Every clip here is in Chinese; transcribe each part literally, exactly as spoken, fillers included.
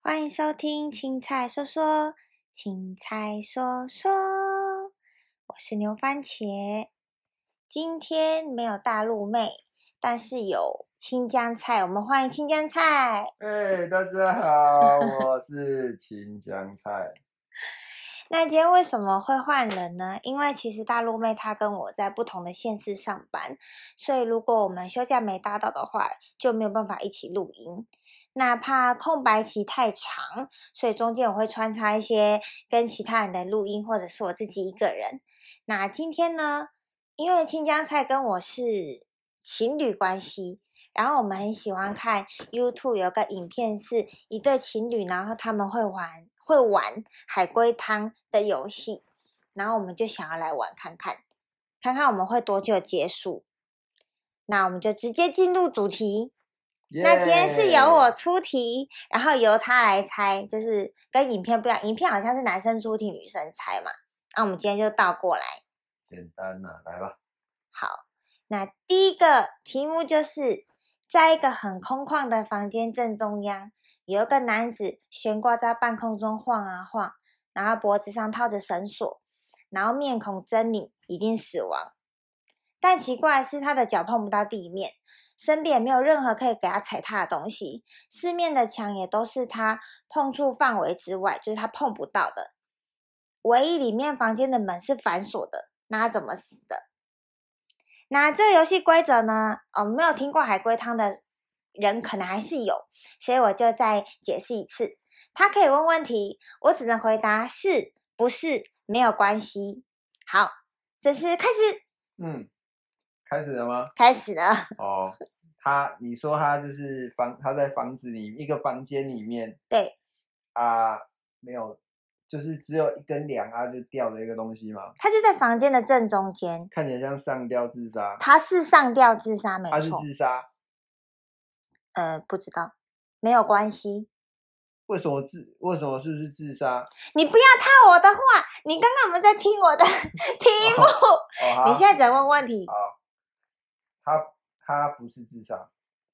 欢迎收听青菜说说，青菜说说，我是牛番茄。今天没有大陆妹，但是有青江菜，我们欢迎青江菜。 哎，大家好，我是青江菜。 那今天为什么会换人呢？因为其实大陆妹她跟我在不同的县市上班，所以如果我们休假没搭到的话，就没有办法一起录音。那怕空白期太长，所以中间我会穿插一些跟其他人的录音，或者是我自己一个人。那今天呢，因为青江菜跟我是情侣关系，然后我们很喜欢看 YouTube 有个影片是一对情侣，然后他们会玩会玩海龟汤的游戏，然后我们就想要来玩看看，看看我们会多久结束。那我们就直接进入主题。那今天是由我出题，然后由他来猜，就是跟影片不一样，影片好像是男生出题，女生猜嘛。那我们今天就倒过来， 简单啊，来吧。 好，那第一个题目就是在一个很空旷的房间正中央，有一个男子悬挂在半空中晃啊晃，然后脖子上套着绳索，然后面孔狰狞，已经死亡。但奇怪的是，他的脚碰不到地面，身边也没有任何可以给他踩踏的东西，四面的墙也都是他碰触范围之外，就是他碰不到的。唯一里面房间的门是反锁的，那他怎么死的？那这个游戏规则呢？哦，没有听过海龟汤的人可能还是有，所以我就再解释一次。他可以问问题，我只能回答是不是，没有关系。好，这是开始。 嗯，开始了吗？ 开始了。 哦，他，你说他就是房，他在房子里一个房间里面， 对， 啊，没有，就是只有一根梁啊，就掉的一个东西嘛。 他就在房间的正中间， 看起来像上吊自杀。 他是上吊自杀，没错。 他是自杀？ 呃，不知道，没有关系。 为什么自？为什么是是自杀？ 你不要套我的话，你刚刚有没有在听我的题目？ 哦哦、 你现在只能问问题。 好，他他不是自杀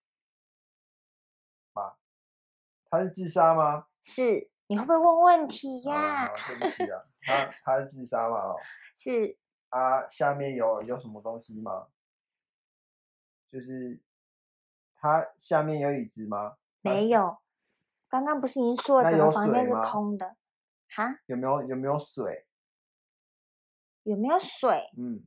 吧？他是自杀吗？ 是，你会不会问问题呀、 啊？对不起啊，他他是自杀嘛？哦， 是。 啊，下面有有什么东西吗？就是它下面有椅子吗？ 没有，刚刚不是已经说了整个房间是空的？哈？ 有没有有没有水？ 有没有水？ 嗯，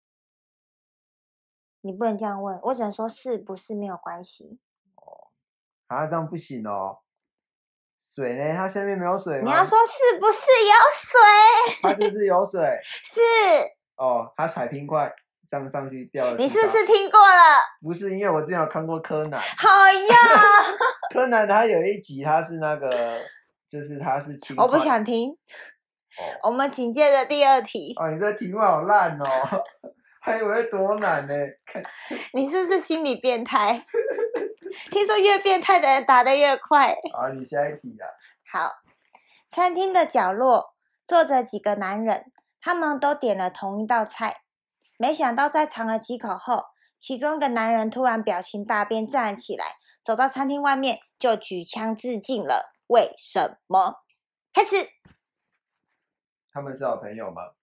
你不能这样问，我只能说是不是没有关系。 哦，啊，这样不行哦。水呢？它下面没有水吗？ 你要说是不是有水？ 它就是有水。 是。 哦，它踩冰块上上去掉了。 你是不是听过了？ 不是，因为我之前有看过柯南。 好呀。 柯南他有一集，他是那个，就是他是冰块。 我不想听。 哦， 我们紧接着第二题。 哦，你这题目好烂哦，还以为多难呢。 你是不是心理变态？听说越变态的人打得越快。 好，你下一题啊。 好，餐厅的角落坐着几个男人，他们都点了同一道菜。没想到在尝了几口后，其中一个男人突然表情大变，站了起来，走到餐厅外面就举枪自尽了。为什么？开始。 他们是好朋友吗？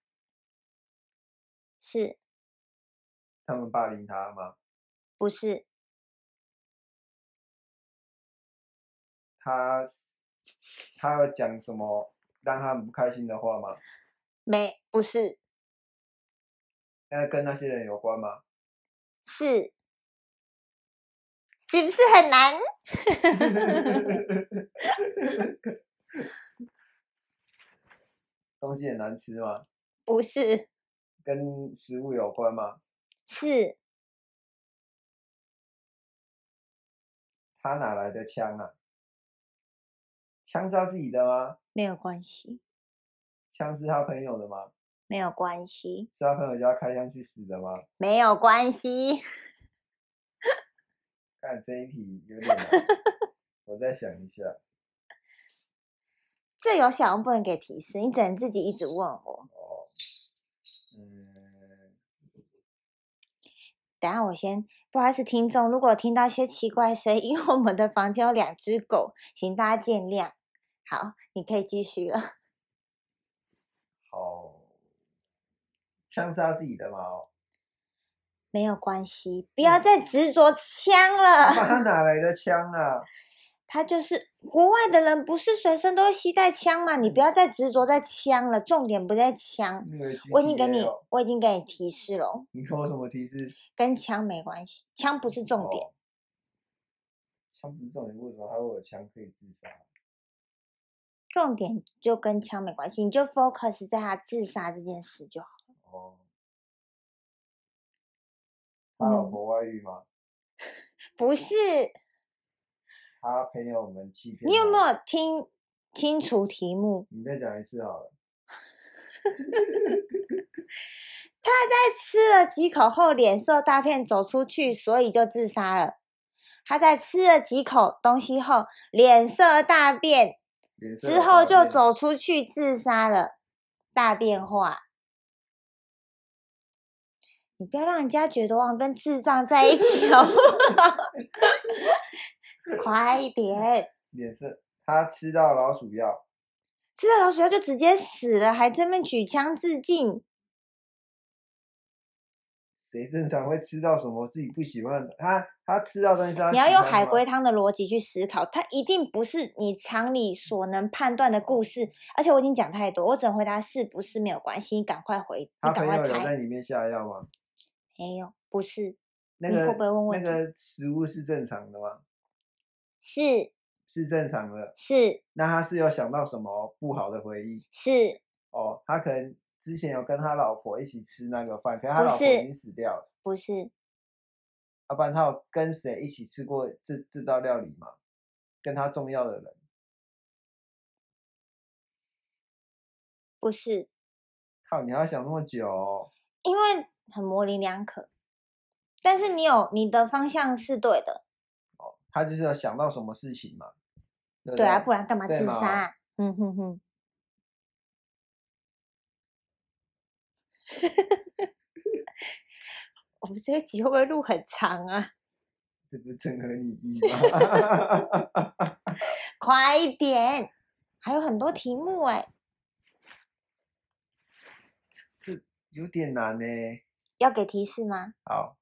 是。 他们霸凌他吗？ 不是。 他他有讲什么让他们不开心的话吗？ 没，不是。 那跟那些人有关吗？ 是。是不是很难？ 东西很难吃吗？ 不是。 跟食物有关吗？ 是。 他哪来的枪啊？枪是他自己的吗？ 没有关系。 枪是他朋友的吗？ 没有关系。 是他朋友叫他开枪去死的吗？ 没有关系。 看这一题有点难，我再想一下。 这游戏好像不能给提示，你只能自己一直问我。 哦，嗯， 等一下我先，不好意思，听众，如果听到一些奇怪声音，因为我们的房间有两只狗，请大家见谅。 好，你可以继续了。 好，枪杀自己的猫， 没有关系，不要再执着枪了。 他哪来的枪啊？ 他就是国外的人，不是随身都会携带枪吗？你不要再执着在枪了，重点不在枪。我已经给你，我已经给你提示了。 你给我什么提示？ 跟枪没关系，枪不是重点。 哦、枪不是重点，为什么他会有枪可以自杀？ 重点就跟枪没关系，你就 focus 在他自杀这件事就好了。 哦，他老婆外遇吗？ 嗯、不是。 他朋友们欺骗。 你有没有听清楚题目？ 你再讲一次好了。 他在吃了几口后脸色大变，走出去，所以就自杀了。他在吃了几口东西后脸色大变，之后就走出去自杀了。大变化。你不要让人家觉得我跟智障在一起好不好？快一点！ 脸色，他吃到老鼠药， 吃到老鼠药就直接死了，还这边举枪自尽。 谁正常会吃到什么自己不喜欢的？他他吃到东西， 你要用海龟汤的逻辑去思考，它一定不是你常理所能判断的故事。而且我已经讲太多，我只能回答是不是没有关系，你赶快回，你赶快猜。 他朋友有在里面下药吗？ 没有，不是。 那个你会不会问问题？ 那个食物是正常的吗？ 是。 是正常的。 是。 那他是有想到什么不好的回忆？ 是。 哦，他可能之前有跟他老婆一起吃那个饭，可是他老婆已经死掉了。 不是。 要不然他有跟谁一起吃过这这道料理吗？跟他重要的人？ 不是。 靠，你还要想那么久哦？ 因为很模棱两可，但是你有你的方向是对的。 哦，他就是有想到什么事情嘛？对, 对啊，不然干嘛自杀、 啊？ 嗯哼哼。我们这一集会不会录很长啊？ 这不是正合你意吗？ 快一点，还有很多题目哎、欸。 这有点难呢。 要给提示吗？ 好。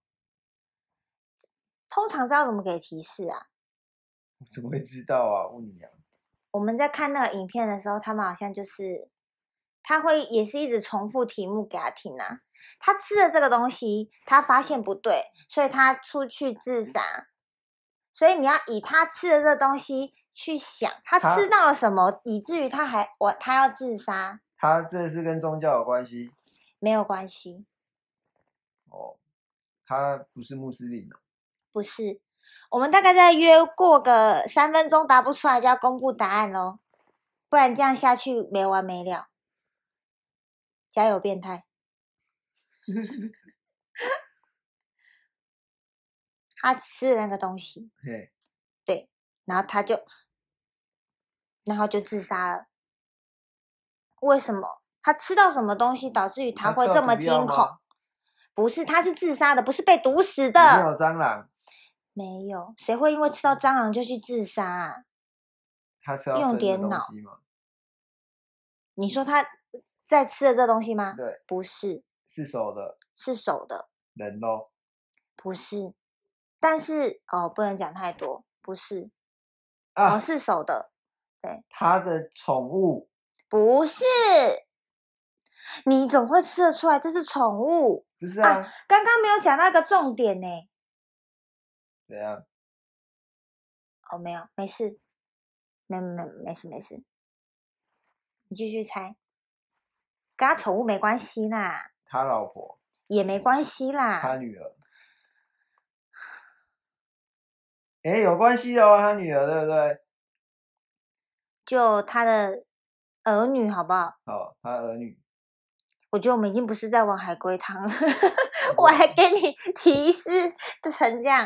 通常知道怎么给提示啊？ 我怎么会知道啊？问你啊。 我们在看那个影片的时候，他们好像就是他会也是一直重复题目给他听啊。他吃了这个东西，他发现不对，所以他出去自杀。所以你要以他吃的这个东西去想，他吃到了什么，以至于他还我他要自杀。 他这是跟宗教有关系？ 没有关系。 哦，他不是穆斯林哦。 不是。我们大概再约过个三分钟，答不出来就要公布答案咯，不然这样下去没完没了。加油，变态！他吃了那个东西，对，然后他就，然后就自杀了。为什么？他吃到什么东西导致于他会这么惊恐？不是，他是自杀的，不是被毒死的。 里面有蟑螂？ 没有，谁会因为吃到蟑螂就去自杀啊？ 他是要用点脑。你说他在吃的这东西吗？ 对， 不是。 是熟的。 是熟的。 人咯？ 不是。但是哦，不能讲太多。不是。 啊、 哦，是熟的。对。 他的宠物？ 不是。你怎么会吃得出来这是宠物？ 不是啊， 刚刚没有讲到一个重点呢。 怎样？ 哦，没有，没事，没没没事没事，你继续猜。跟他宠物没关系啦。 他老婆？ 也没关系啦。 他女儿？哎，有关系哦，他女儿对不对？ 就他的儿女好不好？ 好，他儿女。 我觉得我们已经不是在玩海龟汤了，我还给你提示成这样，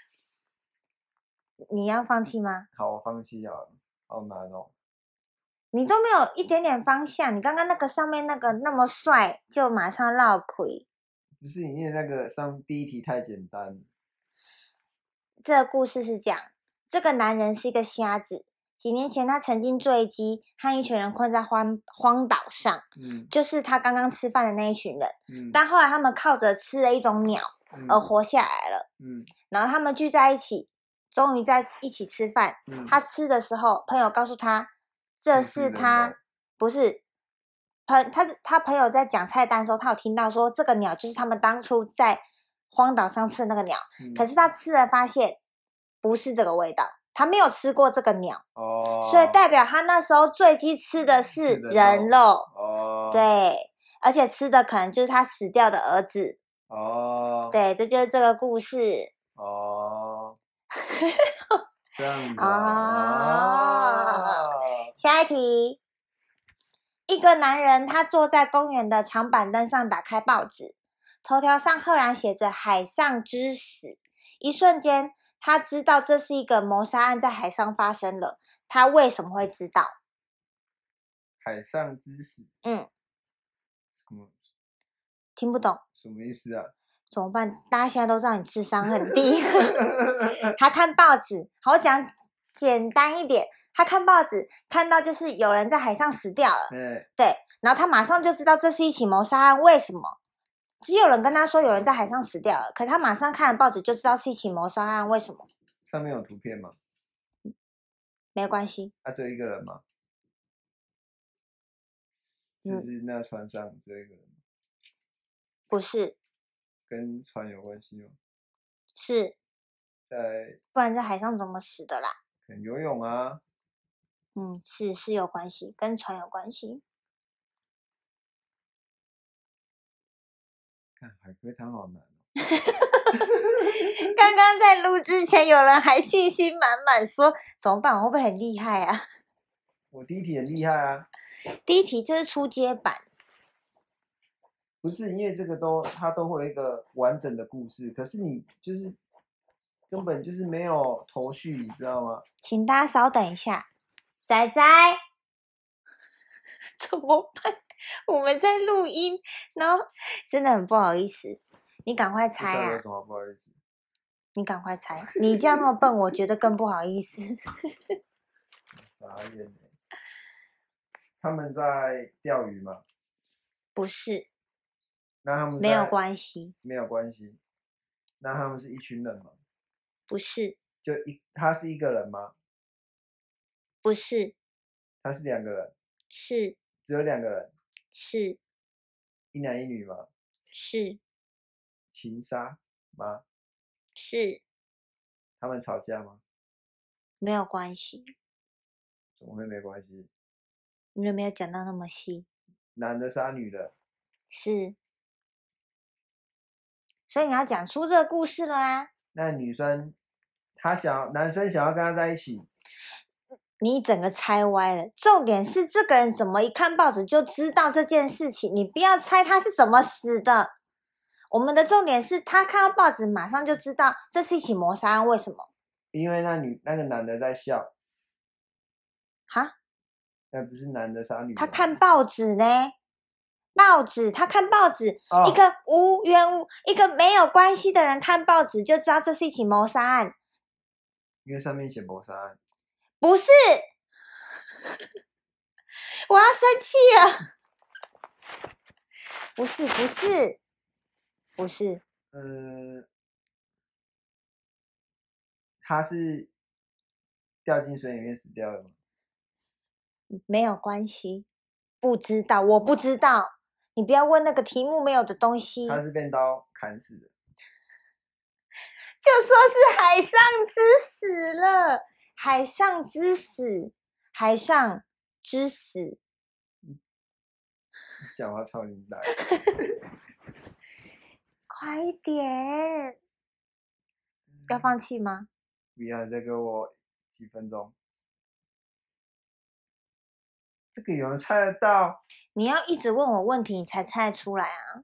你要放弃吗？ 好，我放弃好了，好难哦。 你都没有一点点方向，你刚刚那个上面那个那么帅，就马上绕亏。 不是，因为那个上第一题太简单。 这个故事是讲，这个男人是一个瞎子， 几年前他曾经坠机，和一群人困在荒荒岛上， 嗯， 就是他刚刚吃饭的那一群人。 嗯， 但后来他们靠着吃了一种鸟而活下来了。 嗯， 然后他们聚在一起，终于在一起吃饭。 嗯， 他吃的时候，朋友告诉他，这是他不是朋他他朋友在讲菜单的时候，他有听到说这个鸟就是他们当初在荒岛上吃的那个鸟。 嗯， 可是他吃了发现不是这个味道，他没有吃过这个鸟。 哦， 所以代表他那时候坠机吃的是人肉。 哦， 对，而且吃的可能就是他死掉的儿子。 哦， 对，这就是这个故事。 哦，这样子啊。下一题，一个男人他坐在公园的长板凳上，打开报纸，头条上赫然写着海上之死。一瞬间他知道这是一个谋杀案在海上发生了。他为什么会知道？ 海上之死， 嗯， 什么？ 听不懂， 什么意思啊？ 怎么办？大家现在都知道你智商很低。他看报纸，好，我讲简单一点。他看报纸，看到就是有人在海上死掉了。 对， 对，然后他马上就知道这是一起谋杀案。为什么？只有人跟他说有人在海上死掉了，可他马上看了报纸就知道是一起谋杀案。为什么？ 上面有图片吗？ 没关系。 他只有一个人吗？就是那船上只有一个人吗？ 不是。 跟船有关系吗？ 是。 在， 不然在海上怎么死的啦？ 可能游泳啊。 嗯，是是有关系，跟船有关系。 看海龟汤好难哦。 刚刚在录之前，有人还信心满满说怎么办？我会不会很厉害啊？ 我第一题很厉害啊。 第一题这是初阶版。 不是，因为这个都它都会有一个完整的故事，可是你就是根本就是没有头绪，你知道吗？ 请大家稍等一下，仔仔，怎么办？我们在录音，然后真的很不好意思，你赶快猜啊！ 有什么不好意思？ 你赶快猜，你这样那么笨，我觉得更不好意思。 傻眼耶！他们在钓鱼吗？ 不是。 那他们没有关系。 没有关系。那他们是一群人吗？ 不是。 就一，他是一个人吗？ 不是。 他是两个人。 是。 只有两个人。 是。 一男一女吗？ 是。 情杀吗？ 是。 他们吵架吗？ 没有关系。 怎么会没关系？ 你有没有讲到那么细？ 男的杀女的。 是。所以你要讲出这个故事了啊。 那女生，她想要，男生想要跟她在一起。 你整个猜歪了。重点是这个人怎么一看报纸就知道这件事情？你不要猜他是怎么死的。我们的重点是他看到报纸马上就知道这是一起谋杀案。为什么？ 因为那女那个男的在笑。 哈？ 那不是男的杀女的。 他看报纸呢？报纸，他看报纸， 哦、 一个无缘无一个没有关系的人看报纸就知道这是一起谋杀案。 因为上面写谋杀案。 不是。我要生气了。不是，不是，不是。 嗯，他是掉进水里面死掉了吗？ 没有关系。不知道，我不知道。你不要问那个题目没有的东西。 他是被刀砍死的。 就说是海上之死了。海上之死，海上之死。 讲话超灵带。 快一点。要放弃吗？ 不要，再给我几分钟。这个有人猜得到？ 你要一直问我问题，你才猜得出来啊！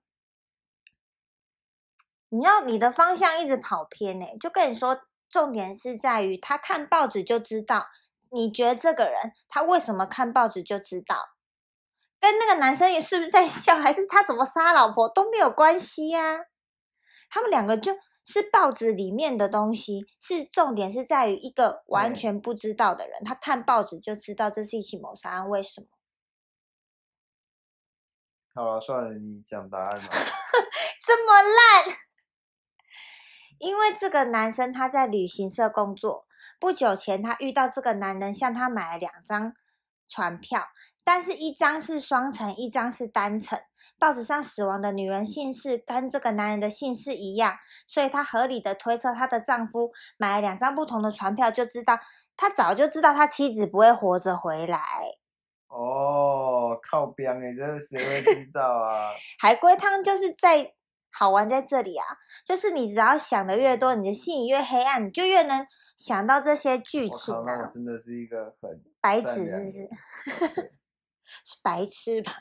你要你的方向一直跑偏呢、欸，就跟你说，重点是在于他看报纸就知道。你觉得这个人他为什么看报纸就知道？跟那个男生也是不是在笑，还是他怎么杀老婆都没有关系呀、啊？他们两个就是报纸里面的东西，是重点是在于一个完对全不知道的人，他看报纸就知道这是一起谋杀案，为什么？ 好了，算了，你讲答案吧。 这么烂？因为这个男生他在旅行社工作，不久前他遇到这个男人向他买了两张船票，但是一张是双程，一张是单程。报纸上死亡的女人姓氏跟这个男人的姓氏一样，所以她合理的推测她的丈夫买了两张不同的船票，就知道他早就知道他妻子不会活着回来。 哦，靠边哎，这个谁会知道啊？ 海龟汤就是在好玩在这里啊，就是你只要想的越多，你的心里越黑暗，你就越能想到这些剧情我靠，那我啊。 真的是一个很白纸是善良的不是？ 对是白痴吧？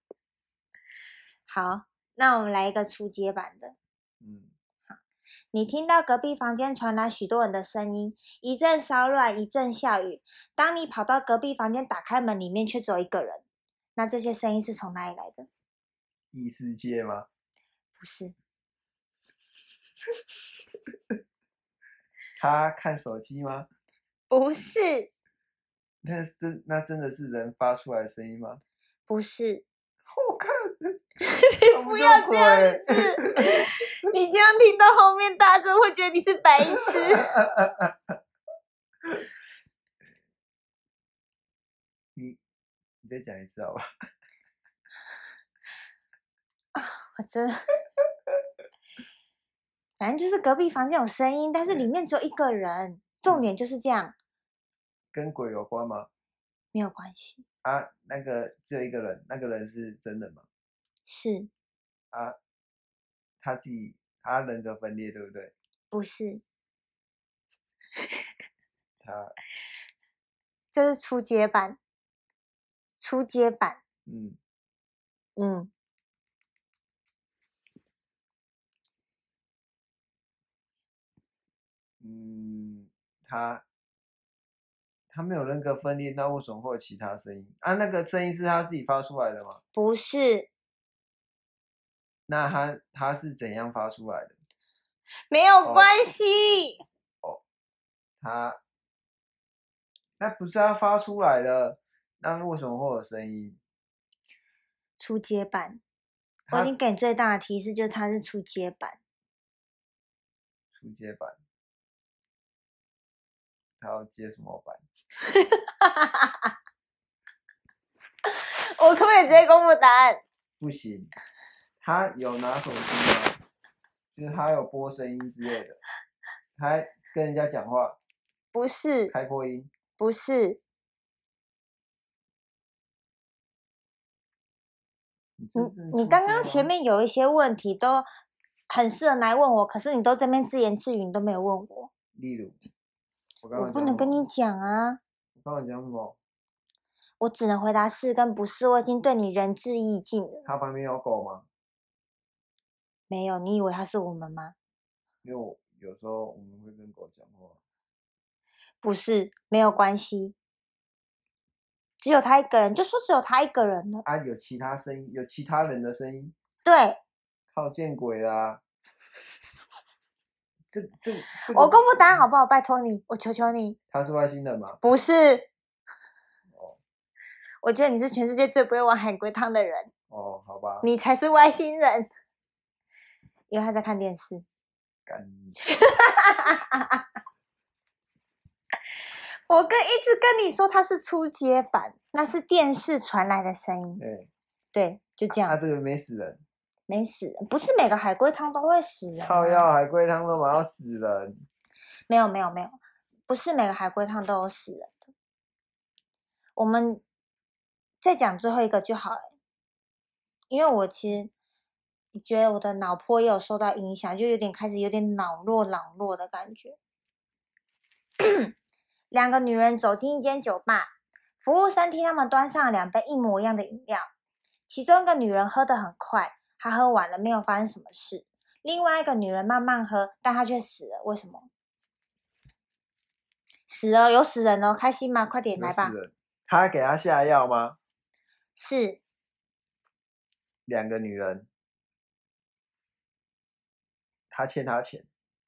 好，那我们来一个初阶版的。 嗯， 你听到隔壁房间传来许多人的声音，一阵骚乱，一阵笑语。当你跑到隔壁房间打开门，里面却只有一个人。那这些声音是从哪里来的？ 异世界吗？ 不是， 他看手机吗？ 不是， 那真那真的是人发出来的声音吗？ 不是。 我看， 你不要这样子，你这样听到后面，大家真的会觉得你是白痴。 你你再讲一次好吧？ 我真的，反正就是隔壁房间有声音，但是里面只有一个人，重点就是这样， 跟鬼有关吗？ 没有关系。 啊，那个只有一个人，那个人是真的吗？ 是啊，他自己他人格分裂对不对？ 不是？ 他这是初阶版，初阶版， 嗯嗯， 嗯，他他没有人格分裂，那为什么会有其他声音？啊，那个声音是他自己发出来的吗？ 不是， 那他他是怎样发出来的？ 没有关系。 哦，他那不是他发出来的，那为什么会有声音？ 初阶版，我已他经给你最大的提示就是它是初阶版。 初阶版，他要接什么版？ 我可不可以直接公布答案？ 不行，他有拿手机吗？就是他有播声音之类的，他还跟人家讲话， 不是， 开扩音。 不是， 你你你刚刚前面有一些问题都很适合来问我，可是你都这边自言自语，你都没有问我。 例如，我刚我刚不能跟你讲啊， 我刚刚讲什么？ 我只能回答是跟不是。我已经对你仁至义尽了。 他旁边有狗吗？ 没有，你以为他是我们吗？ 因为我有时候我们会跟狗讲话。 不是，没有关系。只有他一个人，就说只有他一个人了。 啊，有其他声音，有其他人的声音， 对， 靠见鬼啦！这这这个， 我公布答案好不好？拜托你，我求求你。 他是外星人吗？ 不是， 哦我觉得你是全世界最不会玩海龟汤的人， 哦，好吧， 你才是外星人。因为他在看电视。 干你！ 我跟一直跟你说它是初阶版，那是电视传来的声音。 对， 对，就这样。 他这个没死人， 没死人，不是每个海龟汤都会死人、啊。 靠药海龟汤都嘛要死人。 没有没有没有，不是每个海龟汤都有死人的。我们再讲最后一个就好了，因为我其实觉得我的脑波也有受到影响，就有点开始有点脑弱脑弱的感觉。两个女人走进一间酒吧，服务生替他们端上了两杯一模一样的饮料。其中一个女人喝得很快，她喝完了没有发生什么事。另外一个女人慢慢喝，但她却死了。为什么？死了，有死人哦，开心吗？快点来吧。 他给他下药吗？ 是。 两个女人，他欠他钱。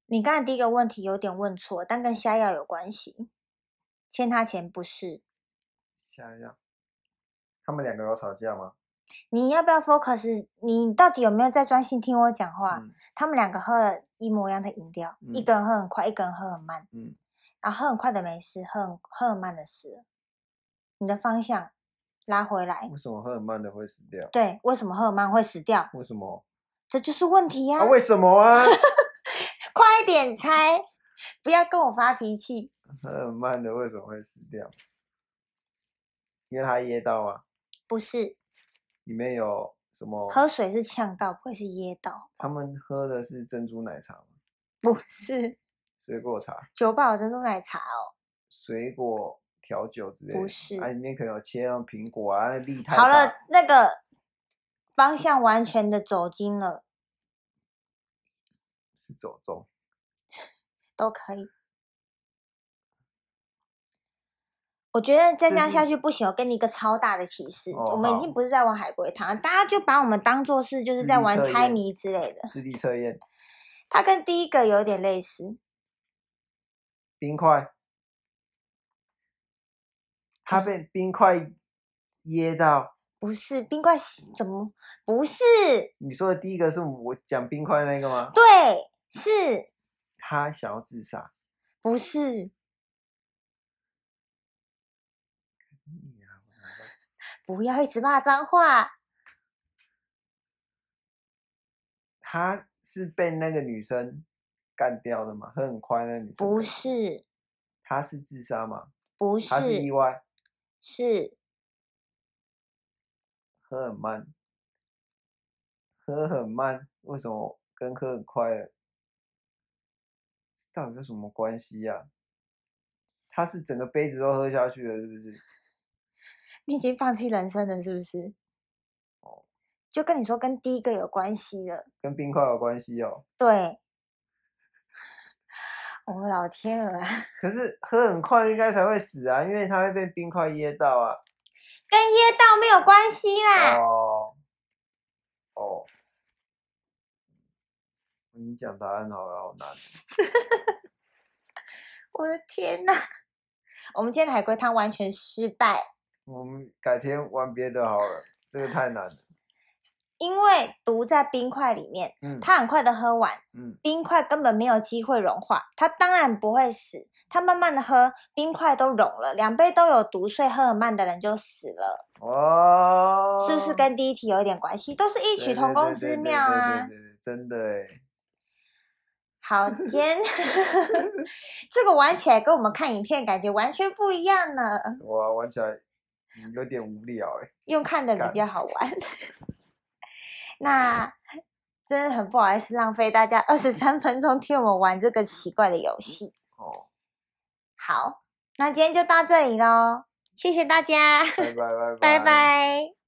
你刚才第一个问题有点问错，但跟下药有关系。欠他钱不是。 下药。他们两个有吵架吗？ 你要不要 focus？ 你到底有没有在专心听我讲话？ 嗯、 他们两个喝了一模一样的饮料， 嗯、 一个人喝很快，一个人喝很慢。 嗯， 然后喝很快的没事，喝很喝很慢的死了。你的方向拉回来。 为什么喝很慢的会死掉？ 对，为什么喝很慢会死掉？ 为什么？ 这就是问题呀、 啊！为什么啊？ 快点猜，不要跟我发脾气。 喝很慢的为什么会死掉？因为他噎到啊。 不是。 里面有什么？ 喝水是呛到，不会是噎到。 他们喝的是珍珠奶茶吗？ 不是。 水果茶。 酒吧有珍珠奶茶哦。 水果调酒之类的。 不是。 啊，里面可能有切那种苹果啊，那粒太大。 好了，那个方向完全的走精了。 是走中。 都可以。我觉得再这样下去不行，我给你一个超大的提示， 哦、 我们已经不是在玩海龟汤，大家就把我们当作是就是在玩猜谜之类的。 智力测验。 它跟第一个有点类似。 冰块。它被冰块噎到。 不是冰块怎么？不是。 你说的第一个是我讲冰块那个吗？ 对，是。 他想要自杀。 不是。不要一直骂脏话。 他是被那个女生干掉的吗？喝很快那个女生？ 不是。 他是自杀吗？ 不是。 他是意外。 是。 喝很慢。喝很慢，为什么跟喝很快到底有什么关系呀、啊？他是整个杯子都喝下去了，是不是？ 你已经放弃人生了，是不是？ 哦， 就跟你说跟第一个有关系了。 跟冰块有关系哦。 对。我、哦、老天鹅啊！ 可是喝很快应该才会死啊，因为他会被冰块噎到啊。 跟噎到没有关系啦。 哦。哦。你讲答案好了，好难。 我的天哪！我们今天的海龟汤完全失败。 我们改天玩别的好了，这个太难了。 因为毒在冰块里面， 嗯， 它很快的喝完， 嗯， 冰块根本没有机会融化，它当然不会死。它慢慢的喝，冰块都融了，两杯都有毒，所以喝很慢的人就死了。 哦， 是不是跟第一题有一点关系？都是异曲同工之妙啊！ 对对对对对对，真的哎。 好，今天这个玩起来跟我们看影片感觉完全不一样呢。 哇，玩起来有点无聊哎。 用看的比较好玩。那真的很不好意思，浪费大家二十三分钟听我们玩这个奇怪的游戏。 哦， 好，那今天就到这里咯，谢谢大家， 拜拜拜拜拜拜。